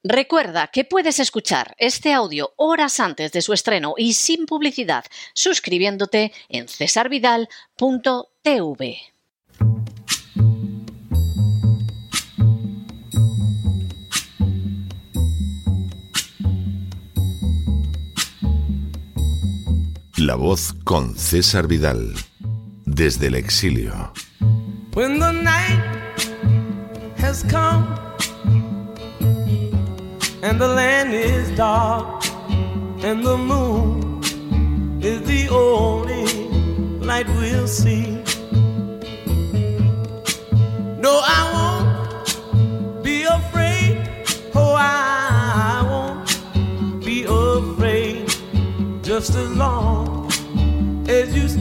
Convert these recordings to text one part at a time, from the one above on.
Recuerda que puedes escuchar este audio horas antes de su estreno y sin publicidad suscribiéndote en cesarvidal.tv. La Voz con César Vidal, desde el exilio. When the night has come and the land is dark and the moon is the only light we'll see. No, I won't be afraid. Oh, I won't be afraid. Just as long as you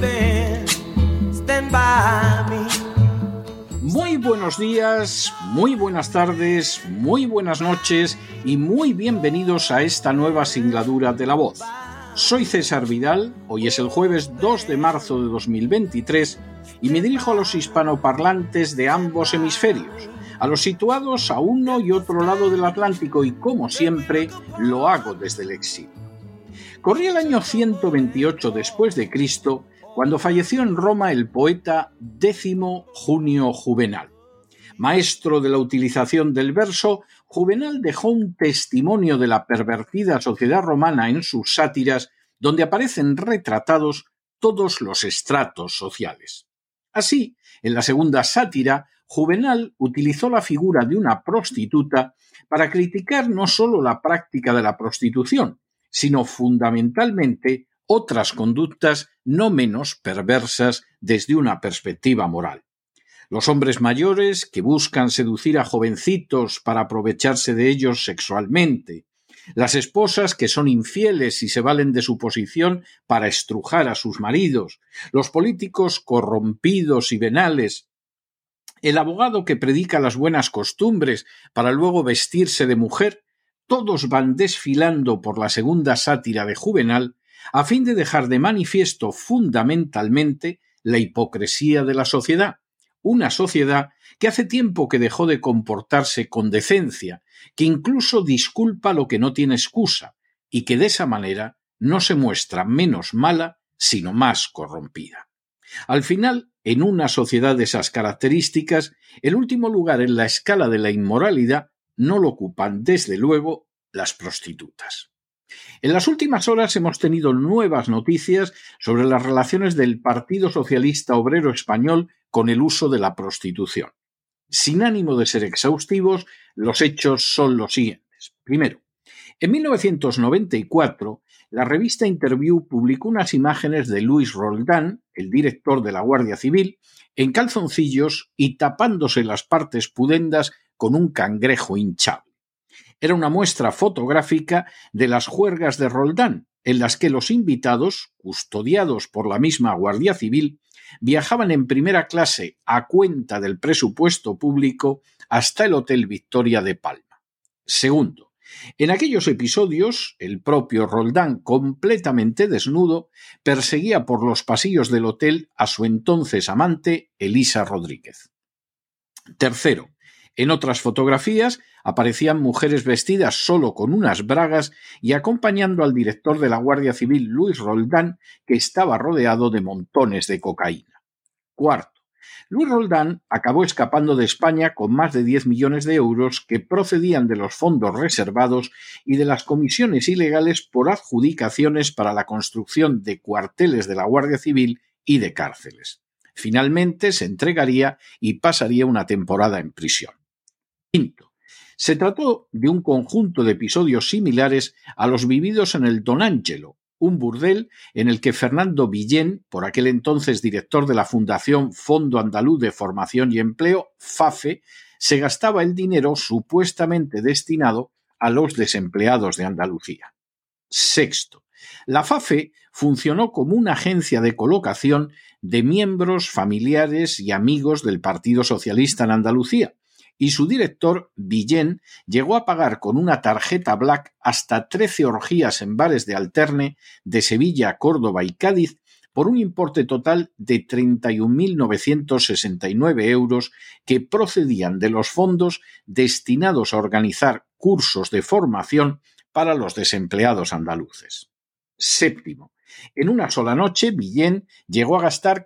stand by me. Muy buenos días, muy buenas tardes, muy buenas noches y muy bienvenidos a esta nueva singladura de La Voz. Soy César Vidal, hoy es el jueves 2 de marzo de 2023 y me dirijo a los hispanoparlantes de ambos hemisferios, a los situados a uno y otro lado del Atlántico y, como siempre, lo hago desde el exilio. Corría el año 128 después de Cristo, cuando falleció en Roma el poeta Décimo Junio Juvenal. Maestro de la utilización del verso, Juvenal dejó un testimonio de la pervertida sociedad romana en sus sátiras, donde aparecen retratados todos los estratos sociales. Así, en la segunda sátira, Juvenal utilizó la figura de una prostituta para criticar no solo la práctica de la prostitución, sino fundamentalmente otras conductas no menos perversas desde una perspectiva moral. Los hombres mayores que buscan seducir a jovencitos para aprovecharse de ellos sexualmente, las esposas que son infieles y se valen de su posición para estrujar a sus maridos, los políticos corrompidos y venales, el abogado que predica las buenas costumbres para luego vestirse de mujer, todos van desfilando por la segunda sátira de Juvenal a fin de dejar de manifiesto fundamentalmente la hipocresía de la sociedad, una sociedad que hace tiempo que dejó de comportarse con decencia, que incluso disculpa lo que no tiene excusa y que de esa manera no se muestra menos mala, sino más corrompida. Al final, en una sociedad de esas características, el último lugar en la escala de la inmoralidad no lo ocupan, desde luego, las prostitutas. En las últimas horas hemos tenido nuevas noticias sobre las relaciones del Partido Socialista Obrero Español con el uso de la prostitución. Sin ánimo de ser exhaustivos, los hechos son los siguientes. Primero, en 1994, la revista Interview publicó unas imágenes de Luis Roldán, el director de la Guardia Civil, en calzoncillos y tapándose las partes pudendas con un cangrejo hinchable. Era una muestra fotográfica de las juergas de Roldán, en las que los invitados, custodiados por la misma Guardia Civil, viajaban en primera clase a cuenta del presupuesto público hasta el Hotel Victoria de Palma. Segundo, en aquellos episodios, el propio Roldán, completamente desnudo, perseguía por los pasillos del hotel a su entonces amante, Elisa Rodríguez. Tercero, en otras fotografías aparecían mujeres vestidas solo con unas bragas y acompañando al director de la Guardia Civil, Luis Roldán, que estaba rodeado de montones de cocaína. Cuarto, Luis Roldán acabó escapando de España con más de 10 millones de euros que procedían de los fondos reservados y de las comisiones ilegales por adjudicaciones para la construcción de cuarteles de la Guardia Civil y de cárceles. Finalmente se entregaría y pasaría una temporada en prisión. Quinto, se trató de un conjunto de episodios similares a los vividos en el Don Ángelo, un burdel en el que Fernando Villén, por aquel entonces director de la Fundación Fondo Andaluz de Formación y Empleo, FAFE, se gastaba el dinero supuestamente destinado a los desempleados de Andalucía. Sexto, la FAFE funcionó como una agencia de colocación de miembros, familiares y amigos del Partido Socialista en Andalucía, y su director, Villén, llegó a pagar con una tarjeta Black hasta 13 orgías en bares de alterne de Sevilla, Córdoba y Cádiz por un importe total de 31.969 euros que procedían de los fondos destinados a organizar cursos de formación para los desempleados andaluces. Séptimo, en una sola noche, Villén llegó a gastar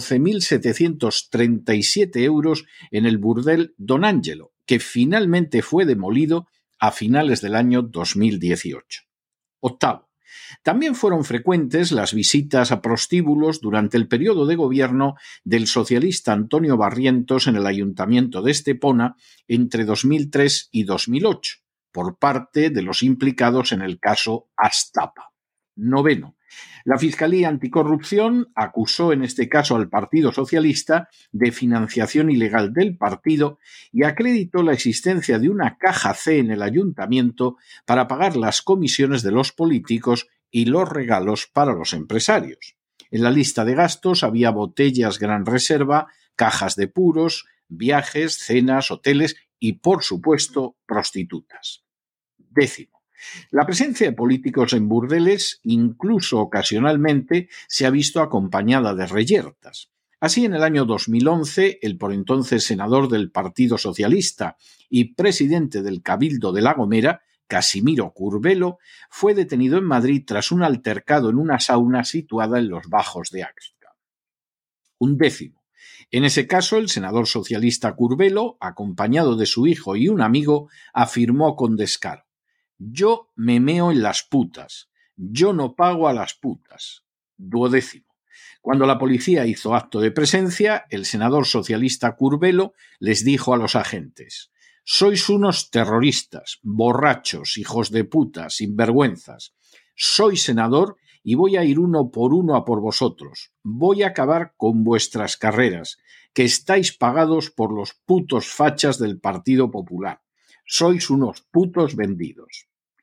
14.737 euros en el burdel Don Ángelo, que finalmente fue demolido a finales del año 2018. Octavo, también fueron frecuentes las visitas a prostíbulos durante el periodo de gobierno del socialista Antonio Barrientos en el Ayuntamiento de Estepona entre 2003 y 2008, por parte de los implicados en el caso Astapa. Noveno, la Fiscalía Anticorrupción acusó en este caso al Partido Socialista de financiación ilegal del partido y acreditó la existencia de una caja C en el ayuntamiento para pagar las comisiones de los políticos y los regalos para los empresarios. En la lista de gastos había botellas Gran Reserva, cajas de puros, viajes, cenas, hoteles y, por supuesto, prostitutas. Décimo, la presencia de políticos en burdeles, incluso ocasionalmente, se ha visto acompañada de reyertas. Así, en el año 2011, el por entonces senador del Partido Socialista y presidente del Cabildo de La Gomera, Casimiro Curbelo, fue detenido en Madrid tras un altercado en una sauna situada en los Bajos de Axca. Undécimo. En ese caso, el senador socialista Curbelo, acompañado de su hijo y un amigo, afirmó con descaro: «Yo me meo en las putas, yo no pago a las putas». Duodécimo. Cuando la policía hizo acto de presencia, el senador socialista Curbelo les dijo a los agentes: «Sois unos terroristas, borrachos, hijos de puta, sinvergüenzas. Soy senador y voy a ir uno a por vosotros. Voy a acabar con vuestras carreras, que estáis pagados por los putos fachas del Partido Popular. Sois unos putos vendidos».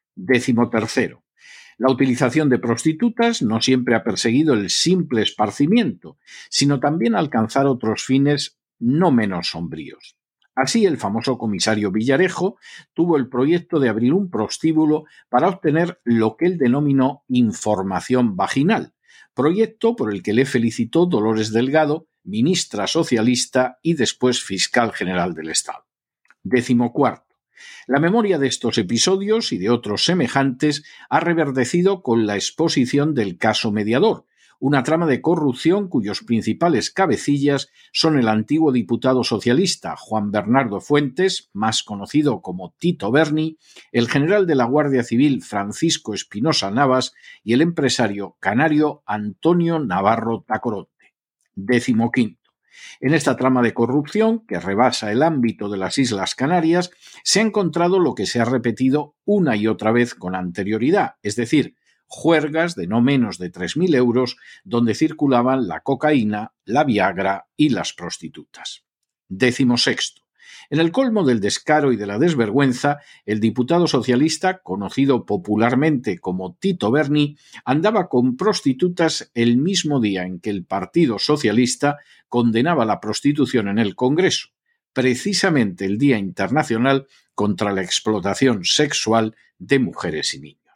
13. La utilización de prostitutas no siempre ha perseguido el simple esparcimiento, sino también alcanzar otros fines no menos sombríos. Así, el famoso comisario Villarejo tuvo el proyecto de abrir un prostíbulo para obtener lo que él denominó información vaginal, proyecto por el que le felicitó Dolores Delgado, ministra socialista y después fiscal general del Estado. 14. La memoria de estos episodios y de otros semejantes ha reverdecido con la exposición del caso Mediador, una trama de corrupción cuyos principales cabecillas son el antiguo diputado socialista Juan Bernardo Fuentes, más conocido como Tito Berni, el general de la Guardia Civil Francisco Espinosa Navas y el empresario canario Antonio Navarro Tacoronte. 15. En esta trama de corrupción, que rebasa el ámbito de las Islas Canarias, se ha encontrado lo que se ha repetido una y otra vez con anterioridad, es decir, juergas de no menos de 3.000 euros donde circulaban la cocaína, la Viagra y las prostitutas. 16. En el colmo del descaro y de la desvergüenza, el diputado socialista, conocido popularmente como Tito Berni, andaba con prostitutas el mismo día en que el Partido Socialista condenaba la prostitución en el Congreso, precisamente el Día Internacional contra la Explotación Sexual de Mujeres y Niños.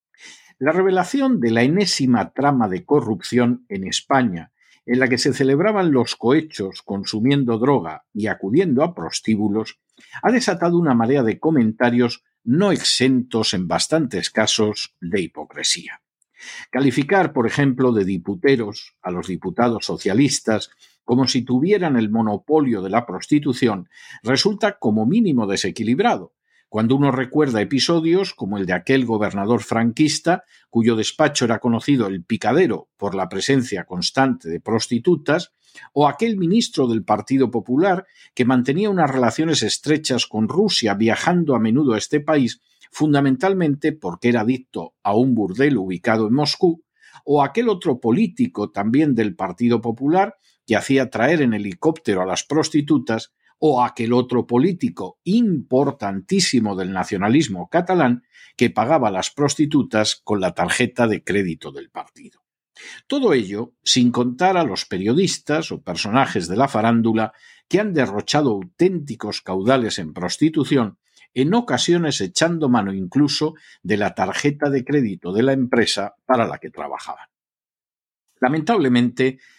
La revelación de la enésima trama de corrupción en España, en la que se celebraban los cohechos consumiendo droga y acudiendo a prostíbulos, ha desatado una marea de comentarios no exentos en bastantes casos de hipocresía. Calificar, por ejemplo, de diputeros a los diputados socialistas como si tuvieran el monopolio de la prostitución resulta como mínimo desequilibrado, cuando uno recuerda episodios como el de aquel gobernador franquista cuyo despacho era conocido el Picadero por la presencia constante de prostitutas, o aquel ministro del Partido Popular que mantenía unas relaciones estrechas con Rusia viajando a menudo a este país fundamentalmente porque era adicto a un burdel ubicado en Moscú, o aquel otro político también del Partido Popular que hacía traer en helicóptero a las prostitutas, o aquel otro político importantísimo del nacionalismo catalán que pagaba a las prostitutas con la tarjeta de crédito del partido. Todo ello sin contar a los periodistas o personajes de la farándula que han derrochado auténticos caudales en prostitución, en ocasiones echando mano incluso de la tarjeta de crédito de la empresa para la que trabajaban. Lamentablemente,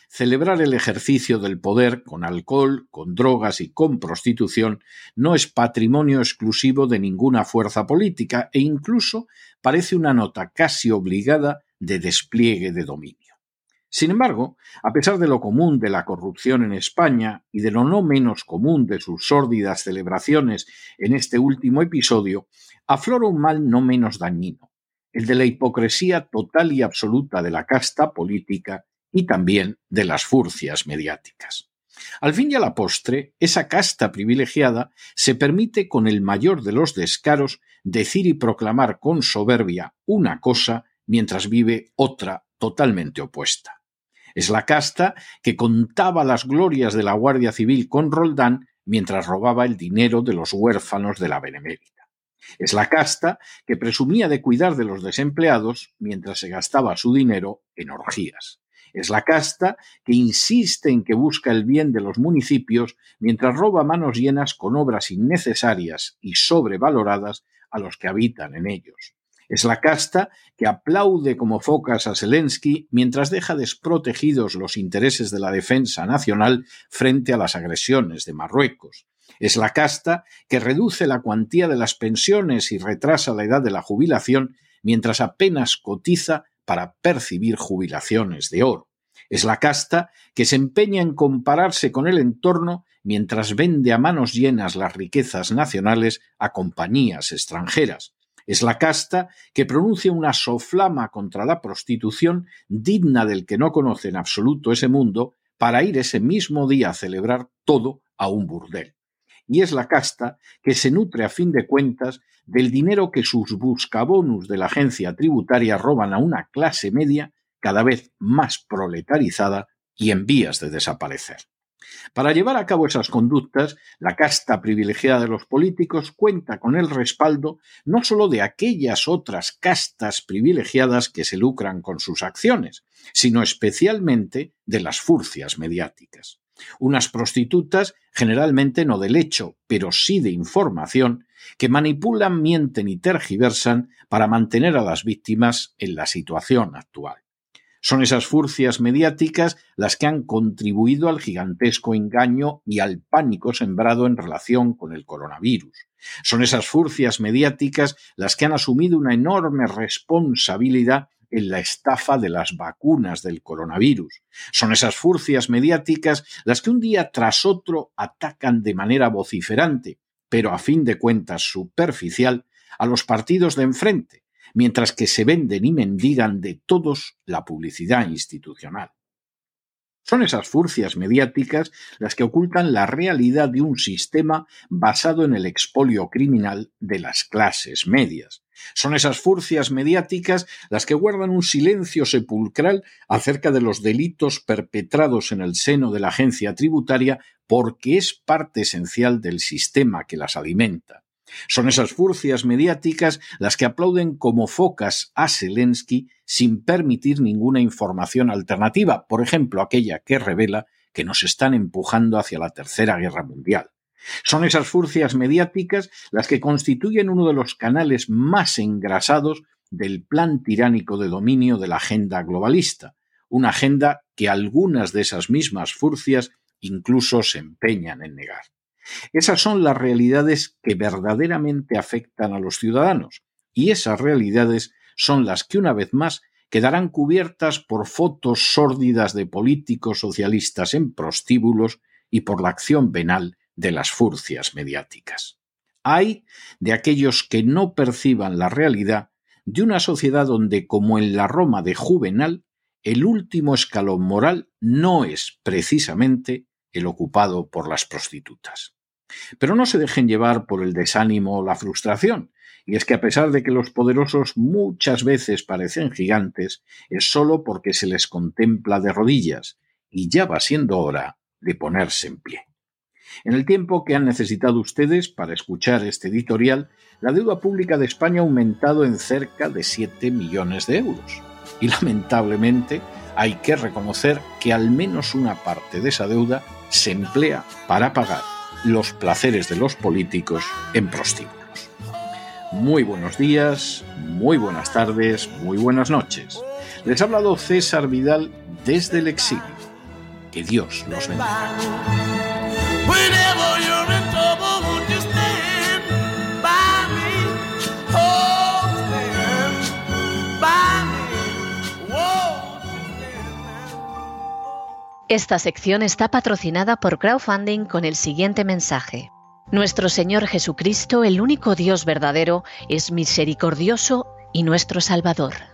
celebrar el ejercicio del poder con alcohol, con drogas y con prostitución no es patrimonio exclusivo de ninguna fuerza política e incluso parece una nota casi obligada de despliegue de dominio. Sin embargo, a pesar de lo común de la corrupción en España y de lo no menos común de sus sórdidas celebraciones en este último episodio, aflora un mal no menos dañino, el de la hipocresía total y absoluta de la casta política y también de las furcias mediáticas. Al fin y a la postre, esa casta privilegiada se permite con el mayor de los descaros decir y proclamar con soberbia una cosa mientras vive otra totalmente opuesta. Es la casta que contaba las glorias de la Guardia Civil con Roldán mientras robaba el dinero de los huérfanos de la Benemérita. Es la casta que presumía de cuidar de los desempleados mientras se gastaba su dinero en orgías. Es la casta que insiste en que busca el bien de los municipios mientras roba manos llenas con obras innecesarias y sobrevaloradas a los que habitan en ellos. Es la casta que aplaude como focas a Zelensky mientras deja desprotegidos los intereses de la defensa nacional frente a las agresiones de Marruecos. Es la casta que reduce la cuantía de las pensiones y retrasa la edad de la jubilación mientras apenas cotiza para percibir jubilaciones de oro. Es la casta que se empeña en compararse con el entorno mientras vende a manos llenas las riquezas nacionales a compañías extranjeras. Es la casta que pronuncia una soflama contra la prostitución digna del que no conoce en absoluto ese mundo para ir ese mismo día a celebrar todo a un burdel. Y es la casta que se nutre a fin de cuentas del dinero que sus buscabonus de la agencia tributaria roban a una clase media cada vez más proletarizada y en vías de desaparecer. Para llevar a cabo esas conductas, la casta privilegiada de los políticos cuenta con el respaldo no solo de aquellas otras castas privilegiadas que se lucran con sus acciones, sino especialmente de las furcias mediáticas. Unas prostitutas, generalmente no del hecho, pero sí de información, que manipulan, mienten y tergiversan para mantener a las víctimas en la situación actual. Son esas furcias mediáticas las que han contribuido al gigantesco engaño y al pánico sembrado en relación con el coronavirus. Son esas furcias mediáticas las que han asumido una enorme responsabilidad en la estafa de las vacunas del coronavirus. Son esas furcias mediáticas las que un día tras otro atacan de manera vociferante, pero a fin de cuentas superficial, a los partidos de enfrente, mientras que se venden y mendigan de todos la publicidad institucional. Son esas furcias mediáticas las que ocultan la realidad de un sistema basado en el expolio criminal de las clases medias. Son esas furcias mediáticas las que guardan un silencio sepulcral acerca de los delitos perpetrados en el seno de la agencia tributaria porque es parte esencial del sistema que las alimenta. Son esas furcias mediáticas las que aplauden como focas a Zelensky sin permitir ninguna información alternativa, por ejemplo, aquella que revela que nos están empujando hacia la Tercera Guerra Mundial. Son esas furcias mediáticas las que constituyen uno de los canales más engrasados del plan tiránico de dominio de la agenda globalista, una agenda que algunas de esas mismas furcias incluso se empeñan en negar. Esas son las realidades que verdaderamente afectan a los ciudadanos, y esas realidades son las que una vez más quedarán cubiertas por fotos sórdidas de políticos socialistas en prostíbulos y por la acción venal de las furcias mediáticas. Hay de aquellos que no perciban la realidad de una sociedad donde, como en la Roma de Juvenal, el último escalón moral no es precisamente el ocupado por las prostitutas. Pero no se dejen llevar por el desánimo o la frustración, y es que a pesar de que los poderosos muchas veces parecen gigantes, es solo porque se les contempla de rodillas, y ya va siendo hora de ponerse en pie. En el tiempo que han necesitado ustedes para escuchar este editorial, la deuda pública de España ha aumentado en cerca de 7 millones de euros. Y lamentablemente hay que reconocer que al menos una parte de esa deuda se emplea para pagar los placeres de los políticos en prostíbulos. Muy buenos días, muy buenas tardes, muy buenas noches. Les ha hablado César Vidal desde el exilio. Que Dios los bendiga. Esta sección está patrocinada por crowdfunding con el siguiente mensaje. Nuestro Señor Jesucristo, el único Dios verdadero, es misericordioso y nuestro Salvador.